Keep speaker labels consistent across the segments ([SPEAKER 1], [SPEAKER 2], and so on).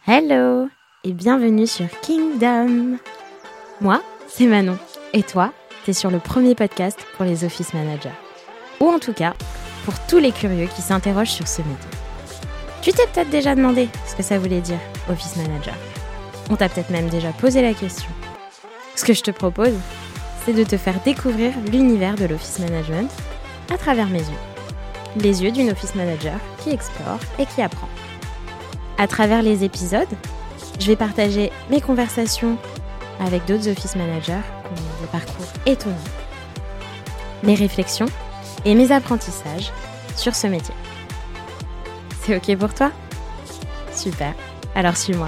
[SPEAKER 1] Hello et bienvenue sur Kingdom. Moi, c'est Manon. Et toi, t'es sur le premier podcast pour les office managers. Ou en tout cas, pour tous les curieux qui s'interrogent sur ce métier. Tu t'es peut-être déjà demandé ce que ça voulait dire, office manager. On t'a peut-être même déjà posé la question. Ce que je te propose, c'est de te faire découvrir l'univers de l'office management à travers mes yeux. Les yeux d'une office manager qui explore et qui apprend. À travers les épisodes, je vais partager mes conversations avec d'autres office managers qui ont des parcours étonnants, mes réflexions et mes apprentissages sur ce métier. C'est OK pour toi ? Super, alors suis-moi.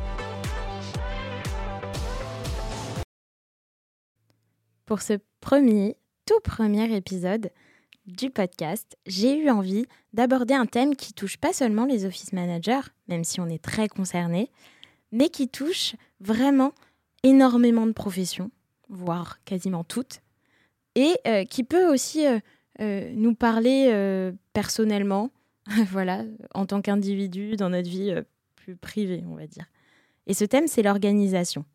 [SPEAKER 1] Pour ce tout premier épisode du podcast, j'ai eu envie d'aborder un thème qui touche pas seulement les office managers, même si on est très concernés, mais qui touche vraiment énormément de professions, voire quasiment toutes, et qui peut aussi nous parler personnellement, voilà, en tant qu'individu, dans notre vie plus privée, on va dire. Et ce thème, c'est l'organisation.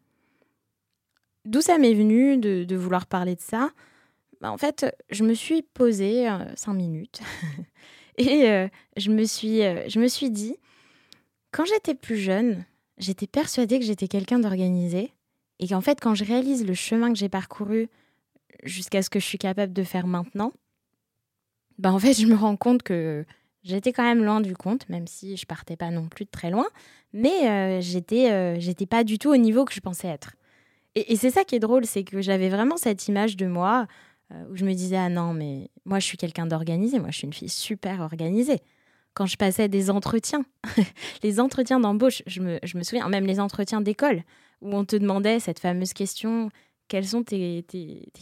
[SPEAKER 1] D'où ça m'est venu de vouloir parler de ça ? En fait, je me suis posée 5 minutes et je me suis dit, quand j'étais plus jeune, j'étais persuadée que j'étais quelqu'un d'organisé et qu'en fait, quand je réalise le chemin que j'ai parcouru jusqu'à ce que je suis capable de faire maintenant, en fait, je me rends compte que j'étais quand même loin du compte, même si je partais pas non plus de très loin, mais j'étais pas du tout au niveau que je pensais être. Et c'est ça qui est drôle, c'est que j'avais vraiment cette image de moi où je me disais « Ah non, mais moi, je suis quelqu'un d'organisé. Moi, je suis une fille super organisée. » Quand je passais des entretiens, les entretiens d'embauche, je me souviens, même les entretiens d'école, où on te demandait cette fameuse question « Quelles sont tes qualités ?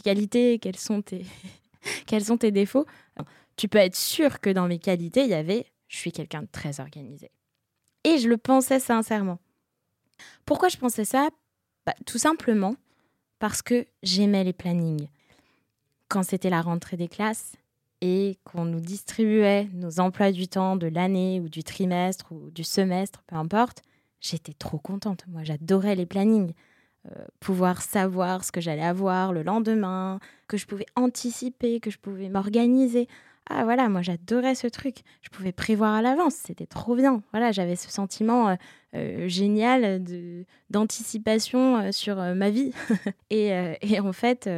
[SPEAKER 1] Quels sont tes défauts ?» Tu peux être sûr que dans mes qualités, il y avait « Je suis quelqu'un de très organisé. » Et je le pensais sincèrement. Pourquoi je pensais ça ? Tout simplement parce que j'aimais les plannings. Quand c'était la rentrée des classes et qu'on nous distribuait nos emplois du temps de l'année ou du trimestre ou du semestre, peu importe, j'étais trop contente. Moi, j'adorais les plannings. Pouvoir savoir ce que j'allais avoir le lendemain, que je pouvais anticiper, que je pouvais m'organiser. Ah voilà, moi j'adorais ce truc. Je pouvais prévoir à l'avance, c'était trop bien. Voilà, j'avais ce sentiment génial d'anticipation sur ma vie. Et en fait,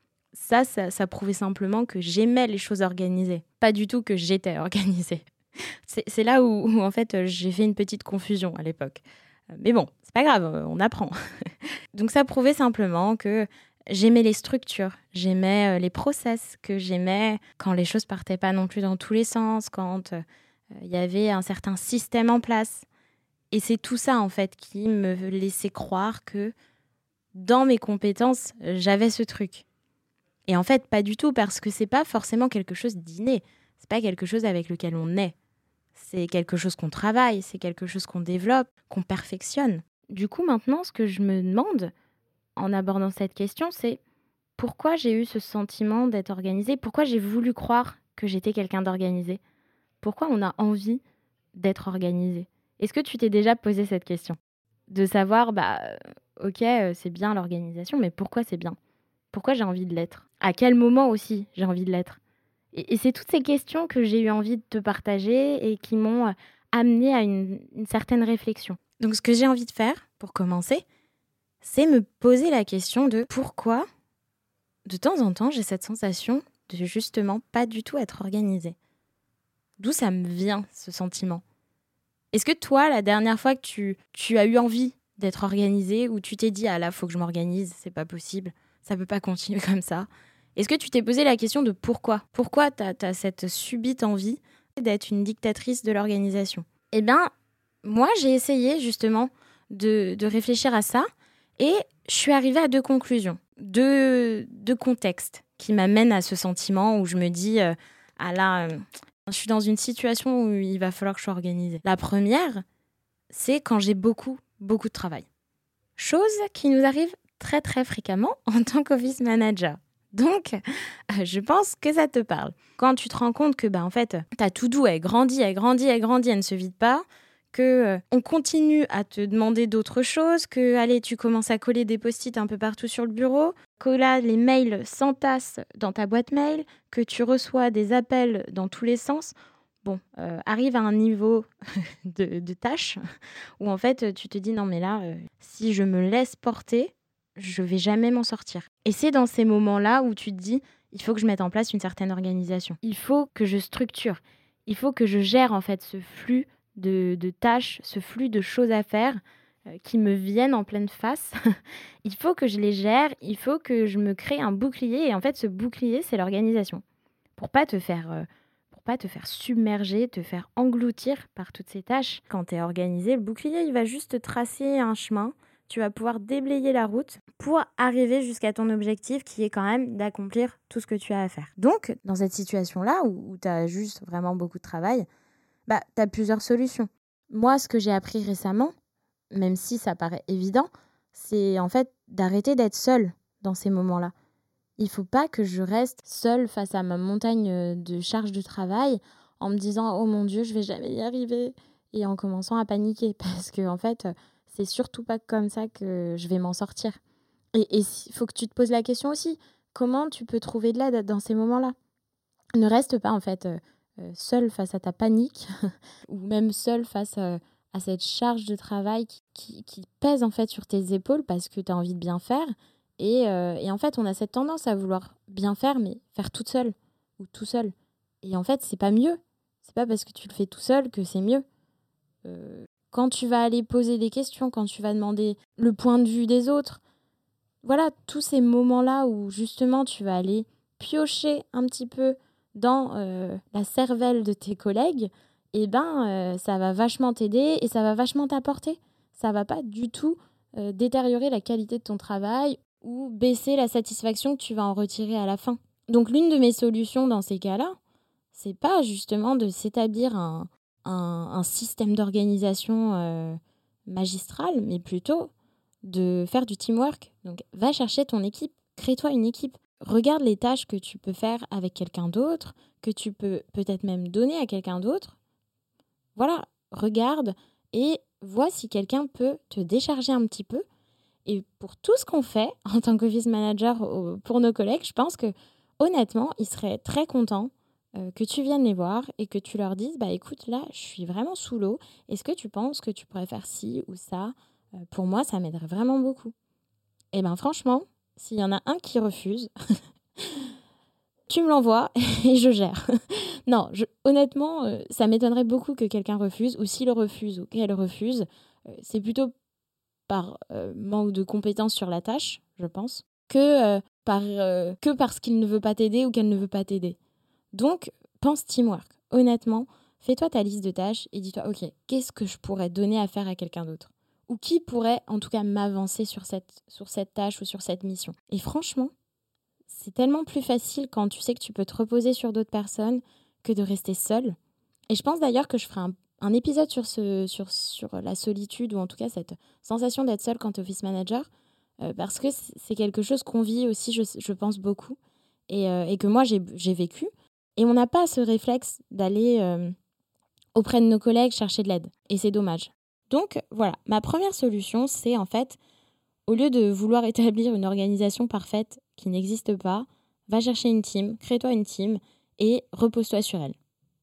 [SPEAKER 1] ça prouvait simplement que j'aimais les choses organisées. Pas du tout que j'étais organisée. C'est là où en fait, j'ai fait une petite confusion à l'époque. Mais bon, c'est pas grave, on apprend. Donc ça prouvait simplement que j'aimais les structures, j'aimais les process, que j'aimais quand les choses partaient pas non plus dans tous les sens, quand il y avait un certain système en place. Et c'est tout ça en fait qui me laissait croire que dans mes compétences, j'avais ce truc. Et en fait, pas du tout, parce que c'est pas forcément quelque chose d'inné. C'est pas quelque chose avec lequel on naît. C'est quelque chose qu'on travaille, c'est quelque chose qu'on développe, qu'on perfectionne. Du coup, maintenant, ce que je me demande en abordant cette question, c'est pourquoi j'ai eu ce sentiment d'être organisée ? Pourquoi j'ai voulu croire que j'étais quelqu'un d'organisé ? Pourquoi on a envie d'être organisé ? Est-ce que tu t'es déjà posé cette question ? De savoir, ok, c'est bien l'organisation, mais pourquoi c'est bien ? Pourquoi j'ai envie de l'être ? À quel moment aussi j'ai envie de l'être ? Et c'est toutes ces questions que j'ai eu envie de te partager et qui m'ont amené à une certaine réflexion. Donc ce que j'ai envie de faire, pour commencer, c'est me poser la question de pourquoi, de temps en temps, j'ai cette sensation de justement pas du tout être organisée. D'où ça me vient, ce sentiment ? Est-ce que toi, la dernière fois que tu as eu envie d'être organisée, ou tu t'es dit « Ah là, faut que je m'organise, c'est pas possible, ça peut pas continuer comme ça », est-ce que tu t'es posé la question de pourquoi ? Pourquoi t'as cette subite envie d'être une dictatrice de l'organisation ? Eh bien, moi, j'ai essayé justement de réfléchir à ça et je suis arrivée à 2 conclusions, deux contextes qui m'amènent à ce sentiment où je me dis « Ah là, je suis dans une situation où il va falloir que je sois organisée ». La première, c'est quand j'ai beaucoup de travail. Chose qui nous arrive très très fréquemment en tant qu'office manager. Donc, je pense que ça te parle. Quand tu te rends compte que, en fait, ta to-do, elle grandit, elle ne se vide pas, que on continue à te demander d'autres choses, que allez, tu commences à coller des post-it un peu partout sur le bureau, que là, les mails s'entassent dans ta boîte mail, que tu reçois des appels dans tous les sens. Bon, arrive à un niveau de tâche où en fait, tu te dis non mais là, si je me laisse porter, je vais jamais m'en sortir. Et c'est dans ces moments-là où tu te dis, il faut que je mette en place une certaine organisation. Il faut que je structure. Il faut que je gère en fait ce flux de tâches, ce flux de choses à faire qui me viennent en pleine face. Il faut que je les gère, il faut que je me crée un bouclier. Et en fait, ce bouclier, c'est l'organisation. Pour pas te faire submerger, te faire engloutir par toutes ces tâches. Quand tu es organisé, le bouclier, il va juste te tracer un chemin. Tu vas pouvoir déblayer la route pour arriver jusqu'à ton objectif qui est quand même d'accomplir tout ce que tu as à faire. Donc, dans cette situation-là où tu as juste vraiment beaucoup de travail, tu as plusieurs solutions. Moi, ce que j'ai appris récemment, même si ça paraît évident, c'est en fait d'arrêter d'être seule dans ces moments-là. Il ne faut pas que je reste seule face à ma montagne de charge de travail en me disant « Oh mon Dieu, je ne vais jamais y arriver » et en commençant à paniquer parce que en fait, c'est surtout pas comme ça que je vais m'en sortir. Et il faut que tu te poses la question aussi, comment tu peux trouver de l'aide dans ces moments-là ? Ne reste pas en fait seule face à ta panique ou même seule face à cette charge de travail qui pèse en fait sur tes épaules parce que tu as envie de bien faire. Et en fait, on a cette tendance à vouloir bien faire, mais faire toute seule ou tout seul. Et en fait, c'est pas mieux. C'est pas parce que tu le fais tout seul que c'est mieux. Quand tu vas aller poser des questions, quand tu vas demander le point de vue des autres, voilà, tous ces moments-là où justement tu vas aller piocher un petit peu dans la cervelle de tes collègues, ça va vachement t'aider et ça va vachement t'apporter. Ça va pas du tout détériorer la qualité de ton travail ou baisser la satisfaction que tu vas en retirer à la fin. Donc l'une de mes solutions dans ces cas-là, c'est pas justement de s'établir un système d'organisation magistral, mais plutôt de faire du teamwork. Donc va chercher ton équipe, crée-toi une équipe. Regarde les tâches que tu peux faire avec quelqu'un d'autre, que tu peux peut-être même donner à quelqu'un d'autre. Voilà, regarde et vois si quelqu'un peut te décharger un petit peu. Et pour tout ce qu'on fait en tant qu'office manager pour nos collègues, je pense que honnêtement, ils seraient très contents que tu viennes les voir et que tu leur dises écoute, là, je suis vraiment sous l'eau. Est-ce que tu penses que tu pourrais faire ci ou ça ? Pour moi, ça m'aiderait vraiment beaucoup. Et franchement, s'il y en a un qui refuse, tu me l'envoies et je gère. Non, honnêtement, ça m'étonnerait beaucoup que quelqu'un refuse, ou s'il refuse ou qu'elle refuse, c'est plutôt par manque de compétences sur la tâche, je pense, que parce qu'il ne veut pas t'aider ou qu'elle ne veut pas t'aider. Donc, pense teamwork. Honnêtement, fais-toi ta liste de tâches et dis-toi, ok, qu'est-ce que je pourrais donner à faire à quelqu'un d'autre ? Ou qui pourrait, en tout cas, m'avancer sur cette tâche ou sur cette mission ? Et franchement, c'est tellement plus facile quand tu sais que tu peux te reposer sur d'autres personnes que de rester seule. Et je pense d'ailleurs que je ferai un épisode sur la solitude, ou en tout cas cette sensation d'être seule quand tu es office manager, parce que c'est quelque chose qu'on vit aussi, je pense, beaucoup, et que moi j'ai vécu. Et on n'a pas ce réflexe d'aller auprès de nos collègues chercher de l'aide. Et c'est dommage. Donc voilà, ma première solution, c'est en fait, au lieu de vouloir établir une organisation parfaite qui n'existe pas, va chercher une team, crée-toi une team et repose-toi sur elle.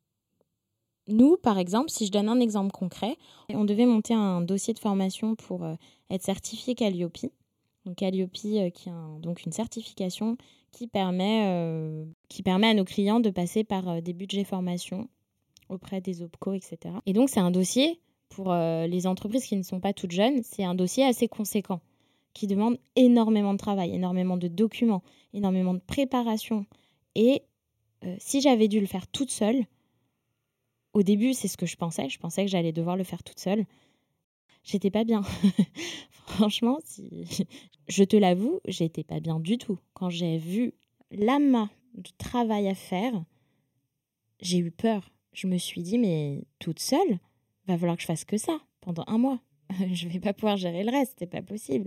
[SPEAKER 1] Nous, par exemple, si je donne un exemple concret, on devait monter un dossier de formation pour être certifié Calliope. Donc Calliope, qui est donc une certification qui permet à nos clients de passer par des budgets formation auprès des OPCO, etc. Et donc, c'est un dossier, pour les entreprises qui ne sont pas toutes jeunes, c'est un dossier assez conséquent, qui demande énormément de travail, énormément de documents, énormément de préparation. Et si j'avais dû le faire toute seule, au début, c'est ce que je pensais. Je pensais que j'allais devoir le faire toute seule. J'étais pas bien. Franchement, je te l'avoue, j'étais pas bien du tout. Quand j'ai vu l'amas de travail à faire, j'ai eu peur. Je me suis dit, mais toute seule, va falloir que je fasse que ça pendant 1 mois. Je vais pas pouvoir gérer le reste, c'est pas possible.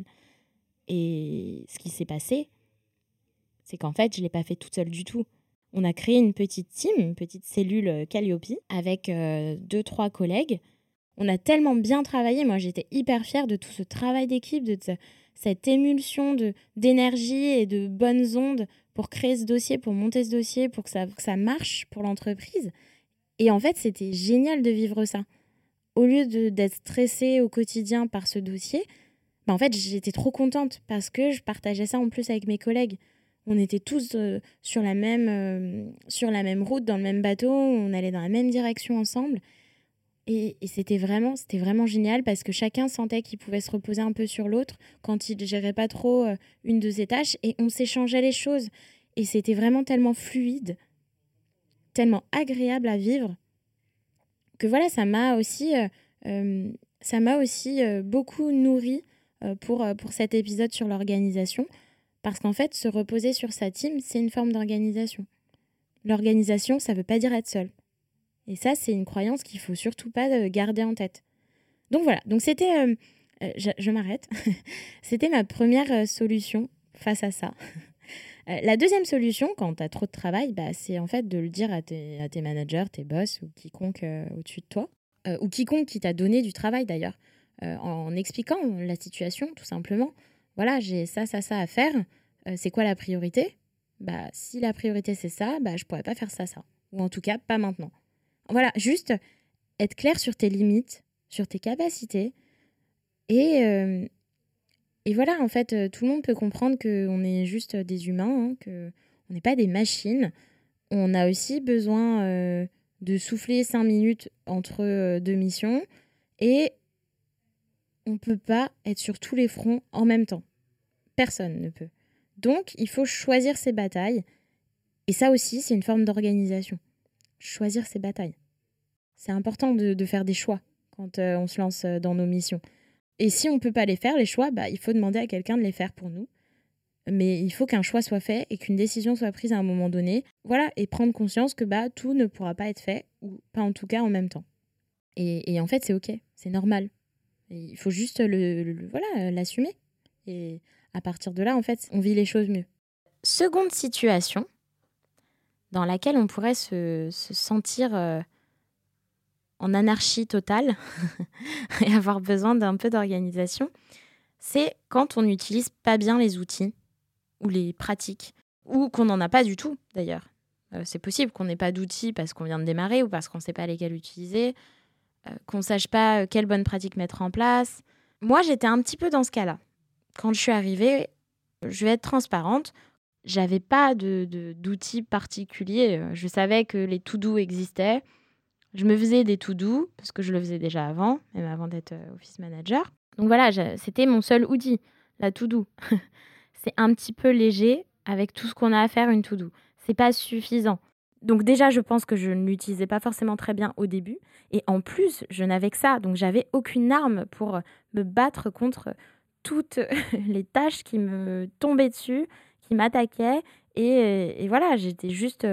[SPEAKER 1] Et ce qui s'est passé, c'est qu'en fait, je l'ai pas fait toute seule du tout. On a créé une petite team, une petite cellule Calliope avec 2-3 collègues. On a tellement bien travaillé. Moi, j'étais hyper fière de tout ce travail d'équipe, cette émulsion d'énergie et de bonnes ondes pour créer ce dossier, pour monter ce dossier, pour que ça marche pour l'entreprise. Et en fait, c'était génial de vivre ça. Au lieu d'être stressée au quotidien par ce dossier, en fait, j'étais trop contente parce que je partageais ça en plus avec mes collègues. On était tous sur la même route, dans le même bateau, on allait dans la même direction ensemble. Et c'était vraiment génial parce que chacun sentait qu'il pouvait se reposer un peu sur l'autre quand il ne gérait pas trop une de ses tâches et on s'échangeait les choses. Et c'était vraiment tellement fluide, tellement agréable à vivre que voilà, ça m'a aussi beaucoup nourri pour cet épisode sur l'organisation. Parce qu'en fait, se reposer sur sa team, c'est une forme d'organisation. L'organisation, ça ne veut pas dire être seul. Et ça, c'est une croyance qu'il ne faut surtout pas garder en tête. Donc voilà, donc c'était... je m'arrête. C'était ma première solution face à ça. La deuxième solution, quand tu as trop de travail, c'est en fait de le dire à tes managers, tes boss ou quiconque au-dessus de toi, ou quiconque qui t'a donné du travail d'ailleurs, en expliquant la situation tout simplement. Voilà, j'ai ça à faire. C'est quoi la priorité ? Si la priorité c'est ça, je pourrais pas faire ça. Ou en tout cas, pas maintenant. Voilà, juste être clair sur tes limites, sur tes capacités. Et voilà, en fait, tout le monde peut comprendre qu'on est juste des humains, qu'on n'est pas des machines. On a aussi besoin de souffler 5 minutes entre deux missions. Et on ne peut pas être sur tous les fronts en même temps. Personne ne peut. Donc, il faut choisir ses batailles. Et ça aussi, c'est une forme d'organisation. Choisir ses batailles. C'est important de faire des choix quand on se lance dans nos missions. Et si on ne peut pas les faire, les choix, il faut demander à quelqu'un de les faire pour nous. Mais il faut qu'un choix soit fait et qu'une décision soit prise à un moment donné. Voilà, et prendre conscience que tout ne pourra pas être fait, ou pas en tout cas en même temps. Et en fait, c'est OK, c'est normal. Et il faut juste l'assumer. Et à partir de là, en fait, on vit les choses mieux. Seconde situation dans laquelle on pourrait se sentir en anarchie totale et avoir besoin d'un peu d'organisation, c'est quand on n'utilise pas bien les outils ou les pratiques, ou qu'on n'en a pas du tout d'ailleurs. C'est possible qu'on n'ait pas d'outils parce qu'on vient de démarrer ou parce qu'on ne sait pas lesquels utiliser, qu'on ne sache pas quelles bonnes pratiques mettre en place. Moi, j'étais un petit peu dans ce cas-là. Quand je suis arrivée, je vais être transparente, j'avais pas d'outils particuliers. Je savais que les to-do existaient. Je me faisais des to-do, parce que je le faisais déjà avant, même avant d'être office manager. Donc voilà, c'était mon seul outil, la to-do. C'est un petit peu léger avec tout ce qu'on a à faire, une to-do. C'est pas suffisant. Donc déjà, je pense que je ne l'utilisais pas forcément très bien au début. Et en plus, je n'avais que ça. Donc j'avais aucune arme pour me battre contre toutes les tâches qui me tombaient dessus, qui m'attaquaient. Et voilà, j'étais juste...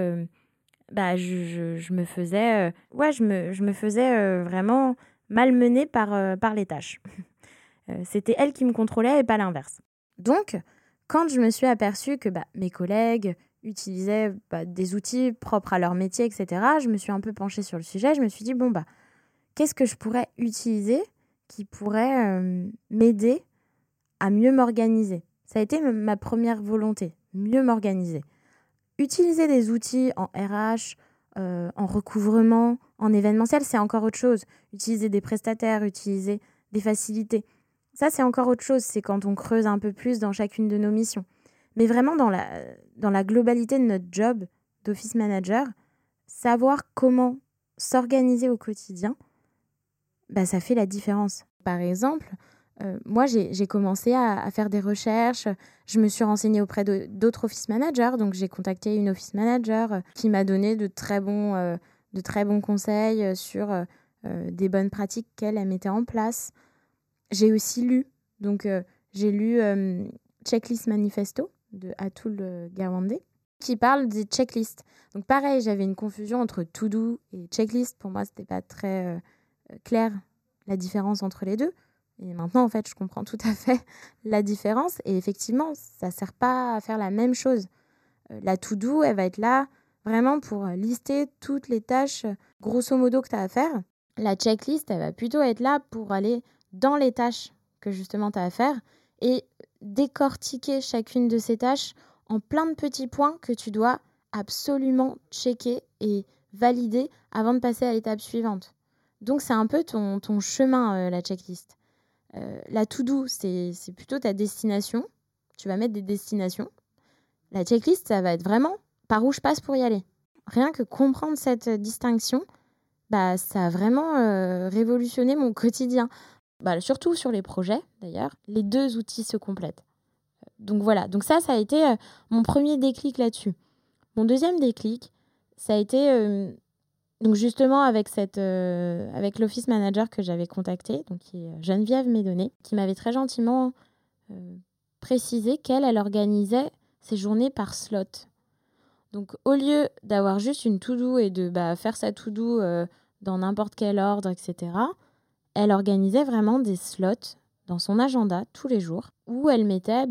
[SPEAKER 1] je me faisais, je me faisais vraiment malmener par les tâches. C'était elle qui me contrôlait et pas l'inverse. Donc, quand je me suis aperçue que mes collègues utilisaient des outils propres à leur métier, etc., je me suis un peu penchée sur le sujet. Je me suis dit, qu'est-ce que je pourrais utiliser qui pourrait m'aider à mieux m'organiser ? Ça a été ma première volonté, mieux m'organiser. Utiliser des outils en RH, en recouvrement, en événementiel, c'est encore autre chose. Utiliser des prestataires, utiliser des facilités. Ça, c'est encore autre chose. C'est quand on creuse un peu plus dans chacune de nos missions. Mais vraiment, dans la globalité de notre job d'office manager, savoir comment s'organiser au quotidien, ça fait la différence. Par exemple, moi, j'ai commencé à faire des recherches. Je me suis renseignée auprès d'autres office managers. Donc, j'ai contacté une office manager qui m'a donné de très bons conseils sur des bonnes pratiques qu'elle mettait en place. J'ai aussi lu. Donc, j'ai lu Checklist Manifesto de Atul Gawande qui parle des checklists. Donc, pareil, j'avais une confusion entre to-do et checklist. Pour moi, c'était pas très clair la différence entre les deux. Et maintenant, en fait, je comprends tout à fait la différence. Et effectivement, ça ne sert pas à faire la même chose. La to-do, elle va être là vraiment pour lister toutes les tâches, grosso modo, que tu as à faire. La checklist, elle va plutôt être là pour aller dans les tâches que justement tu as à faire et décortiquer chacune de ces tâches en plein de petits points que tu dois absolument checker et valider avant de passer à l'étape suivante. Donc, c'est un peu ton chemin, la checklist. La to-do, c'est plutôt ta destination. Tu vas mettre des destinations. La checklist, ça va être vraiment par où je passe pour y aller. Rien que comprendre cette distinction, ça a vraiment révolutionné mon quotidien. Surtout sur les projets, d'ailleurs. Les deux outils se complètent. Donc voilà, donc ça a été mon premier déclic là-dessus. Mon deuxième déclic, ça a été donc justement avec l'office manager que j'avais contacté, donc qui est Geneviève Médonnet, qui m'avait très gentiment précisé qu'elle organisait ses journées par slot. Donc au lieu d'avoir juste une to-do et de faire sa to-do dans n'importe quel ordre, etc., elle organisait vraiment des slots dans son agenda tous les jours où elle mettait,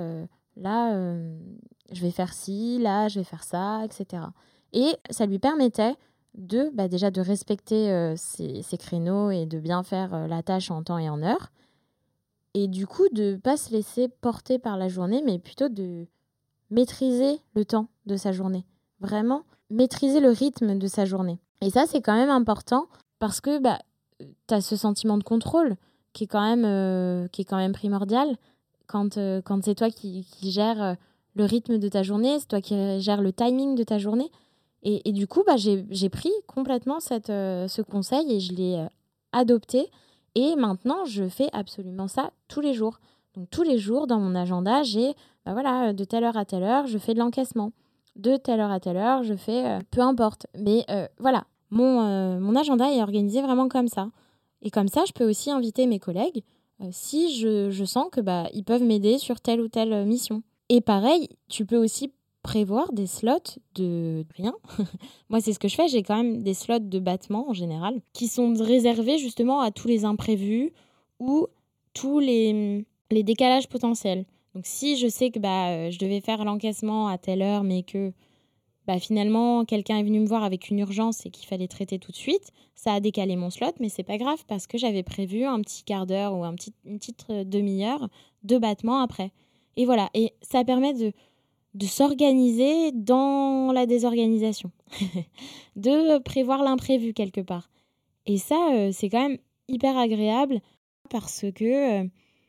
[SPEAKER 1] je vais faire ci, là, je vais faire ça, etc. Et ça lui permettait déjà de respecter ses créneaux et de bien faire la tâche en temps et en heure. Et du coup, de ne pas se laisser porter par la journée, mais plutôt de maîtriser le temps de sa journée. Vraiment, maîtriser le rythme de sa journée. Et ça, c'est quand même important parce que tu as ce sentiment de contrôle qui est quand même primordial quand c'est toi qui gères le rythme de ta journée, c'est toi qui gères le timing de ta journée. Et du coup, j'ai pris complètement ce conseil et je l'ai adopté. Et maintenant, je fais absolument ça tous les jours. Donc, tous les jours, dans mon agenda, j'ai, de telle heure à telle heure, je fais de l'encaissement. De telle heure à telle heure, je fais peu importe. Mais voilà, mon agenda est organisé vraiment comme ça. Et comme ça, je peux aussi inviter mes collègues si je sens que ils peuvent m'aider sur telle ou telle mission. Et pareil, tu peux aussi prévoir des slots de rien. Moi, c'est ce que je fais. J'ai quand même des slots de battement en général qui sont réservés justement à tous les imprévus ou tous les décalages potentiels. Donc, si je sais que je devais faire l'encaissement à telle heure, mais que finalement, quelqu'un est venu me voir avec une urgence et qu'il fallait traiter tout de suite, ça a décalé mon slot, mais c'est pas grave parce que j'avais prévu un petit quart d'heure ou une petite demi-heure de battement après. Et voilà, et ça permet de s'organiser dans la désorganisation, de prévoir l'imprévu quelque part. Et ça, c'est quand même hyper agréable parce que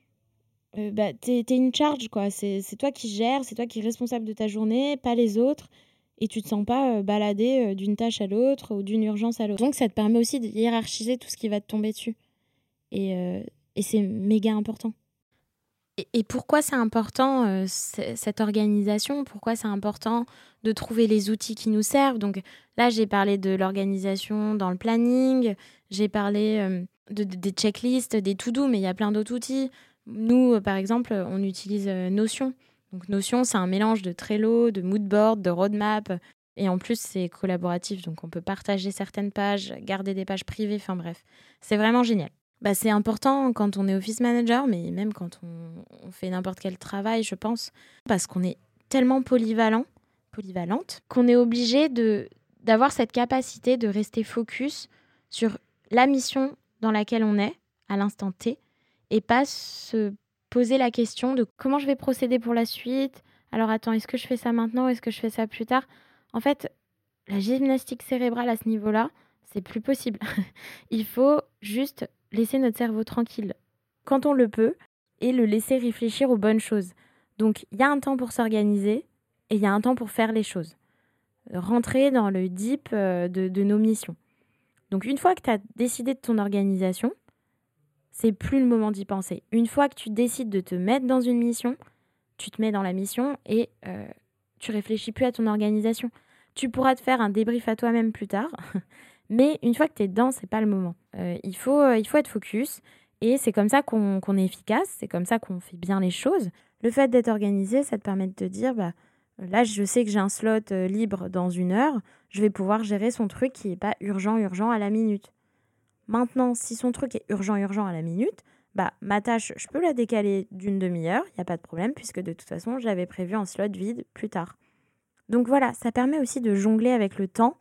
[SPEAKER 1] t'es une charge, quoi. C'est toi qui gères, c'est toi qui es responsable de ta journée, pas les autres. Et tu te sens pas balader d'une tâche à l'autre ou d'une urgence à l'autre. Donc ça te permet aussi de hiérarchiser tout ce qui va te tomber dessus. Et c'est méga important. Et pourquoi c'est important cette organisation ? Pourquoi c'est important de trouver les outils qui nous servent ? Donc là, j'ai parlé de l'organisation dans le planning, j'ai parlé des checklists, des to-do, mais il y a plein d'autres outils. Nous, par exemple, on utilise Notion. Donc Notion, c'est un mélange de Trello, de Moodboard, de roadmap. Et en plus, c'est collaboratif, donc on peut partager certaines pages, garder des pages privées, enfin bref. C'est vraiment génial. C'est important quand on est office manager, mais même quand on fait n'importe quel travail, je pense, parce qu'on est tellement polyvalente, qu'on est obligé d'avoir cette capacité de rester focus sur la mission dans laquelle on est, à l'instant T, et pas se poser la question de comment je vais procéder pour la suite. Alors attends, est-ce que je fais ça maintenant ou est-ce que je fais ça plus tard ? En fait, la gymnastique cérébrale à ce niveau-là, c'est plus possible. Il faut juste laisser notre cerveau tranquille quand on le peut et le laisser réfléchir aux bonnes choses. Donc, il y a un temps pour s'organiser et il y a un temps pour faire les choses. Rentrer dans le deep de nos missions. Donc, une fois que tu as décidé de ton organisation, c'est plus le moment d'y penser. Une fois que tu décides de te mettre dans une mission, tu te mets dans la mission et tu réfléchis plus à ton organisation. Tu pourras te faire un débrief à toi-même plus tard, mais une fois que tu es dedans, c'est pas le moment. Il faut être focus et c'est comme ça qu'on est efficace, c'est comme ça qu'on fait bien les choses. Le fait d'être organisé, ça te permet de te dire, là, je sais que j'ai un slot libre dans 1 heure, je vais pouvoir gérer son truc qui n'est pas urgent à la minute. Maintenant, si son truc est urgent à la minute, ma tâche, je peux la décaler d'une demi-heure, il n'y a pas de problème, puisque de toute façon, j'avais prévu un slot vide plus tard. Donc voilà, ça permet aussi de jongler avec le temps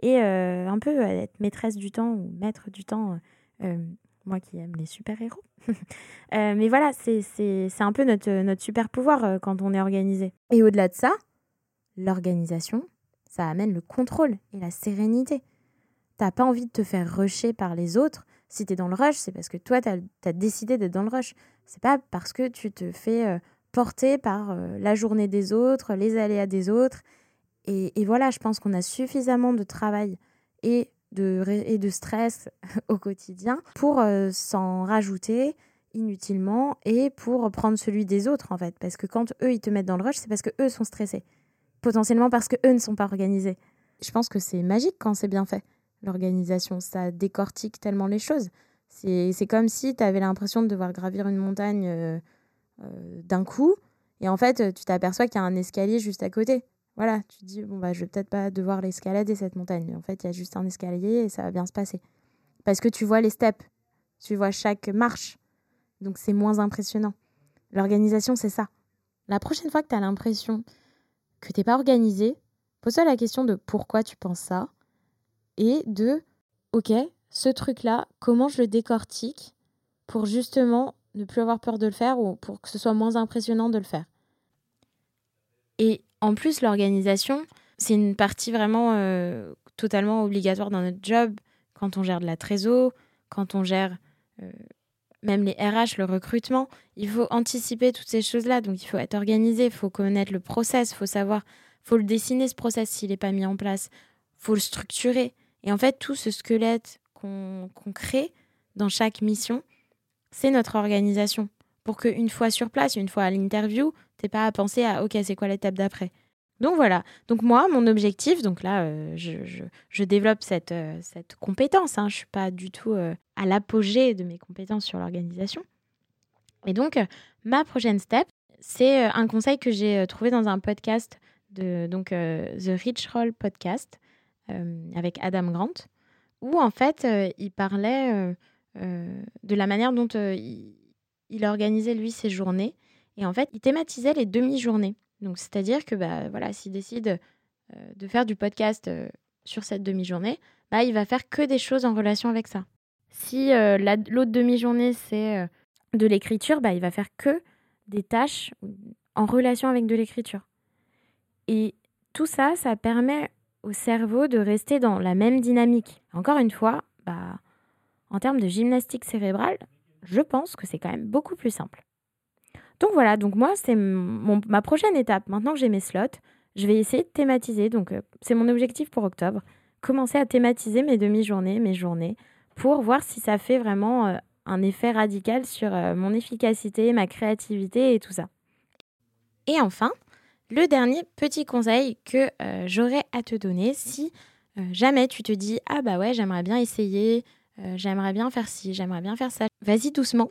[SPEAKER 1] et un peu être maîtresse du temps ou maître du temps, moi qui aime les super-héros. Mais voilà, c'est un peu notre super pouvoir quand on est organisé. Et au-delà de ça, l'organisation, ça amène le contrôle et la sérénité. T'as pas envie de te faire rusher par les autres. Si t'es dans le rush, c'est parce que toi, t'as décidé d'être dans le rush. C'est pas parce que tu te fais porter par la journée des autres, les aléas des autres. Et voilà, je pense qu'on a suffisamment de travail et de stress au quotidien pour s'en rajouter inutilement et pour prendre celui des autres, en fait. Parce que quand eux, ils te mettent dans le rush, c'est parce que eux sont stressés. Potentiellement parce que eux ne sont pas organisés. Je pense que c'est magique quand c'est bien fait, l'organisation. Ça décortique tellement les choses. C'est comme si tu avais l'impression de devoir gravir une montagne d'un coup. Et en fait, tu t'aperçois qu'il y a un escalier juste à côté. Voilà, tu te dis, bon, bah, je vais peut-être pas devoir l'escalader, cette montagne. En fait, il y a juste un escalier et ça va bien se passer. Parce que tu vois les steps, tu vois chaque marche. Donc, c'est moins impressionnant. L'organisation, c'est ça. La prochaine fois que tu as l'impression que tu n'es pas organisé, pose-toi la question de pourquoi tu penses ça et de, ok, ce truc-là, comment je le décortique pour justement ne plus avoir peur de le faire ou pour que ce soit moins impressionnant de le faire. Et en plus, l'organisation, c'est une partie vraiment totalement obligatoire dans notre job quand on gère de la trésor, quand on gère même les RH, le recrutement. Il faut anticiper toutes ces choses-là. Donc, il faut être organisé, il faut connaître le process, il faut savoir, faut le dessiner, ce process, s'il n'est pas mis en place. Il faut le structurer. Et en fait, tout ce squelette qu'on crée dans chaque mission, c'est notre organisation. Pour qu'une fois sur place, une fois à l'interview, tu n'aies pas à penser à « Ok, c'est quoi l'étape d'après ?» Donc voilà. Donc moi, mon objectif, donc là, je développe cette compétence. Je ne suis pas du tout à l'apogée de mes compétences sur l'organisation. Et donc, ma prochaine step, c'est un conseil que j'ai trouvé dans un podcast de The Rich Roll Podcast avec Adam Grant, où en fait, il parlait de la manière dont il organisait, lui, ses journées. Et en fait, il thématisait les demi-journées. Donc, c'est-à-dire que voilà, s'il décide de faire du podcast sur cette demi-journée, il va faire que des choses en relation avec ça. Si l'autre demi-journée, c'est de l'écriture, il va faire que des tâches en relation avec de l'écriture. Et tout ça, ça permet au cerveau de rester dans la même dynamique. Encore une fois, en termes de gymnastique cérébrale, je pense que c'est quand même beaucoup plus simple. Donc voilà, donc moi, c'est ma prochaine étape. Maintenant que j'ai mes slots, je vais essayer de thématiser. Donc c'est mon objectif pour octobre. Commencer à thématiser mes demi-journées, mes journées, pour voir si ça fait vraiment un effet radical sur mon efficacité, ma créativité et tout ça. Et enfin, le dernier petit conseil que j'aurais à te donner si jamais tu te dis « Ah bah ouais, j'aimerais bien essayer, j'aimerais bien faire ci, j'aimerais bien faire ça. » Vas-y doucement.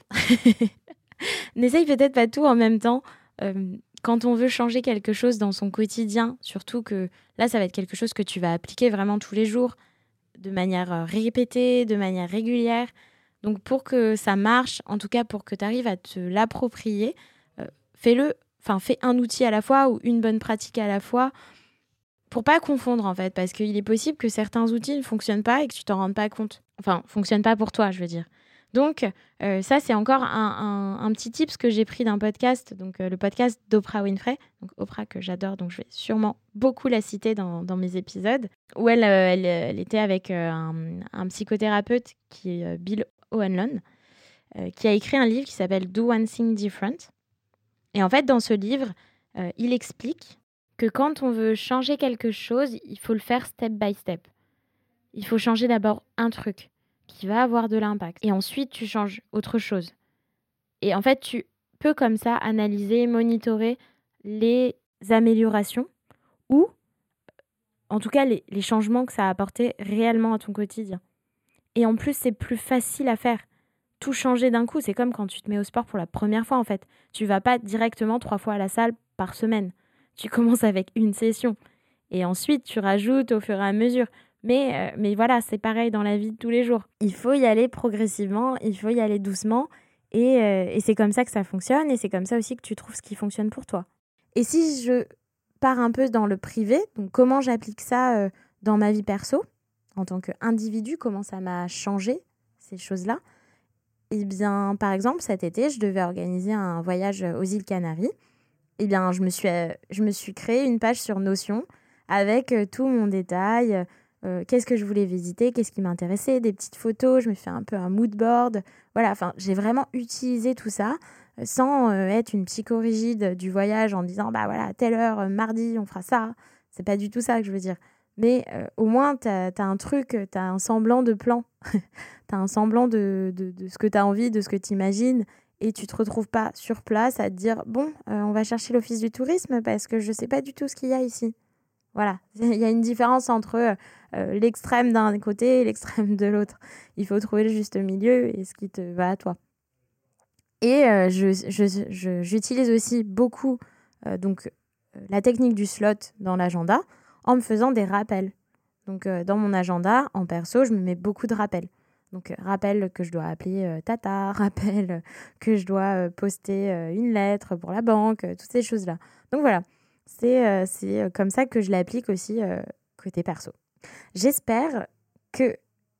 [SPEAKER 1] N'essaye peut-être pas tout en même temps. Quand on veut changer quelque chose dans son quotidien, surtout que là, ça va être quelque chose que tu vas appliquer vraiment tous les jours, de manière répétée, de manière régulière. Donc pour que ça marche, en tout cas pour que tu arrives à te l'approprier, fais un outil à la fois ou une bonne pratique à la fois, pour pas confondre en fait, parce qu'il est possible que certains outils ne fonctionnent pas et que tu t'en rendes pas compte. Enfin, fonctionnent pas pour toi, je veux dire. Donc, ça, c'est encore un petit tips que j'ai pris d'un podcast, donc le podcast d'Oprah Winfrey, donc Oprah que j'adore, donc je vais sûrement beaucoup la citer dans mes épisodes, où elle était avec un psychothérapeute qui est Bill O'Hanlon, qui a écrit un livre qui s'appelle Do One Thing Different. Et en fait, dans ce livre, il explique que quand on veut changer quelque chose, il faut le faire step by step. Il faut changer d'abord un truc qui va avoir de l'impact. Et ensuite, tu changes autre chose. Et en fait, tu peux comme ça analyser, monitorer les améliorations ou, en tout cas, les changements que ça a apporté réellement à ton quotidien. Et en plus, c'est plus facile à faire. Tout changer d'un coup, c'est comme quand tu te mets au sport pour la première fois, en fait. Tu vas pas directement 3 fois à la salle par semaine. Tu commences avec une session. Et ensuite, tu rajoutes au fur et à mesure. Mais voilà, c'est pareil dans la vie de tous les jours. Il faut y aller progressivement, il faut y aller doucement. Et c'est comme ça que ça fonctionne. Et c'est comme ça aussi que tu trouves ce qui fonctionne pour toi. Et si je pars un peu dans le privé, donc comment j'applique ça dans ma vie perso ? en tant qu'individu, comment ça m'a changé, ces choses-là. Eh bien, par exemple, cet été, je devais organiser un voyage aux îles Canaries. Eh bien, je me suis créé une page sur Notion avec tout mon détail, qu'est-ce que je voulais visiter, qu'est-ce qui m'intéressait, des petites photos, je me fais un peu un mood board. Voilà, enfin, j'ai vraiment utilisé tout ça sans être une psychorigide du voyage en disant, bah voilà, à telle heure, mardi, on fera ça. C'est pas du tout ça que je veux dire. Mais au moins, t'as un truc, t'as un semblant de plan. T'as un semblant de ce que t'as envie, de ce que t'imagines. Et tu te retrouves pas sur place à te dire, bon, on va chercher l'office du tourisme parce que je sais pas du tout ce qu'il y a ici. Voilà, il y a une différence entre l'extrême d'un côté et l'extrême de l'autre. Il faut trouver le juste milieu et ce qui te va à toi. Et j'utilise aussi beaucoup la technique du slot dans l'agenda en me faisant des rappels. Donc, dans mon agenda, en perso, je me mets beaucoup de rappels. Donc, rappel que je dois appeler Tata, rappel que je dois poster une lettre pour la banque, toutes ces choses-là. Donc, voilà, c'est comme ça que je l'applique aussi côté perso. J'espère que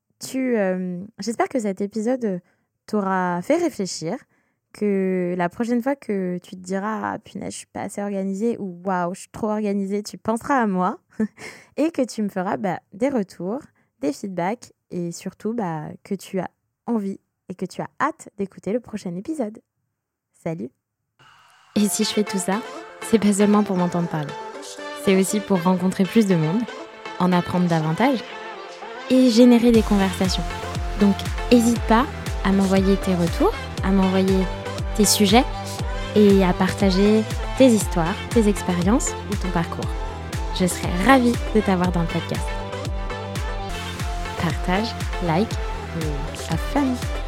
[SPEAKER 1] cet épisode t'aura fait réfléchir, que la prochaine fois que tu te diras « Ah, punaise, je suis pas assez organisée » ou « Waouh, je suis trop organisée », tu penseras à moi et que tu me feras des retours, des feedbacks et surtout que tu as envie et que tu as hâte d'écouter le prochain épisode. Salut! Et si je fais tout ça, c'est pas seulement pour m'entendre parler. C'est aussi pour rencontrer plus de monde, en apprendre davantage et générer des conversations. Donc, n'hésite pas à m'envoyer tes retours, à m'envoyer tes sujets et à partager tes histoires, tes expériences ou ton parcours. Je serais ravie de t'avoir dans le podcast. Partage, like et have fun!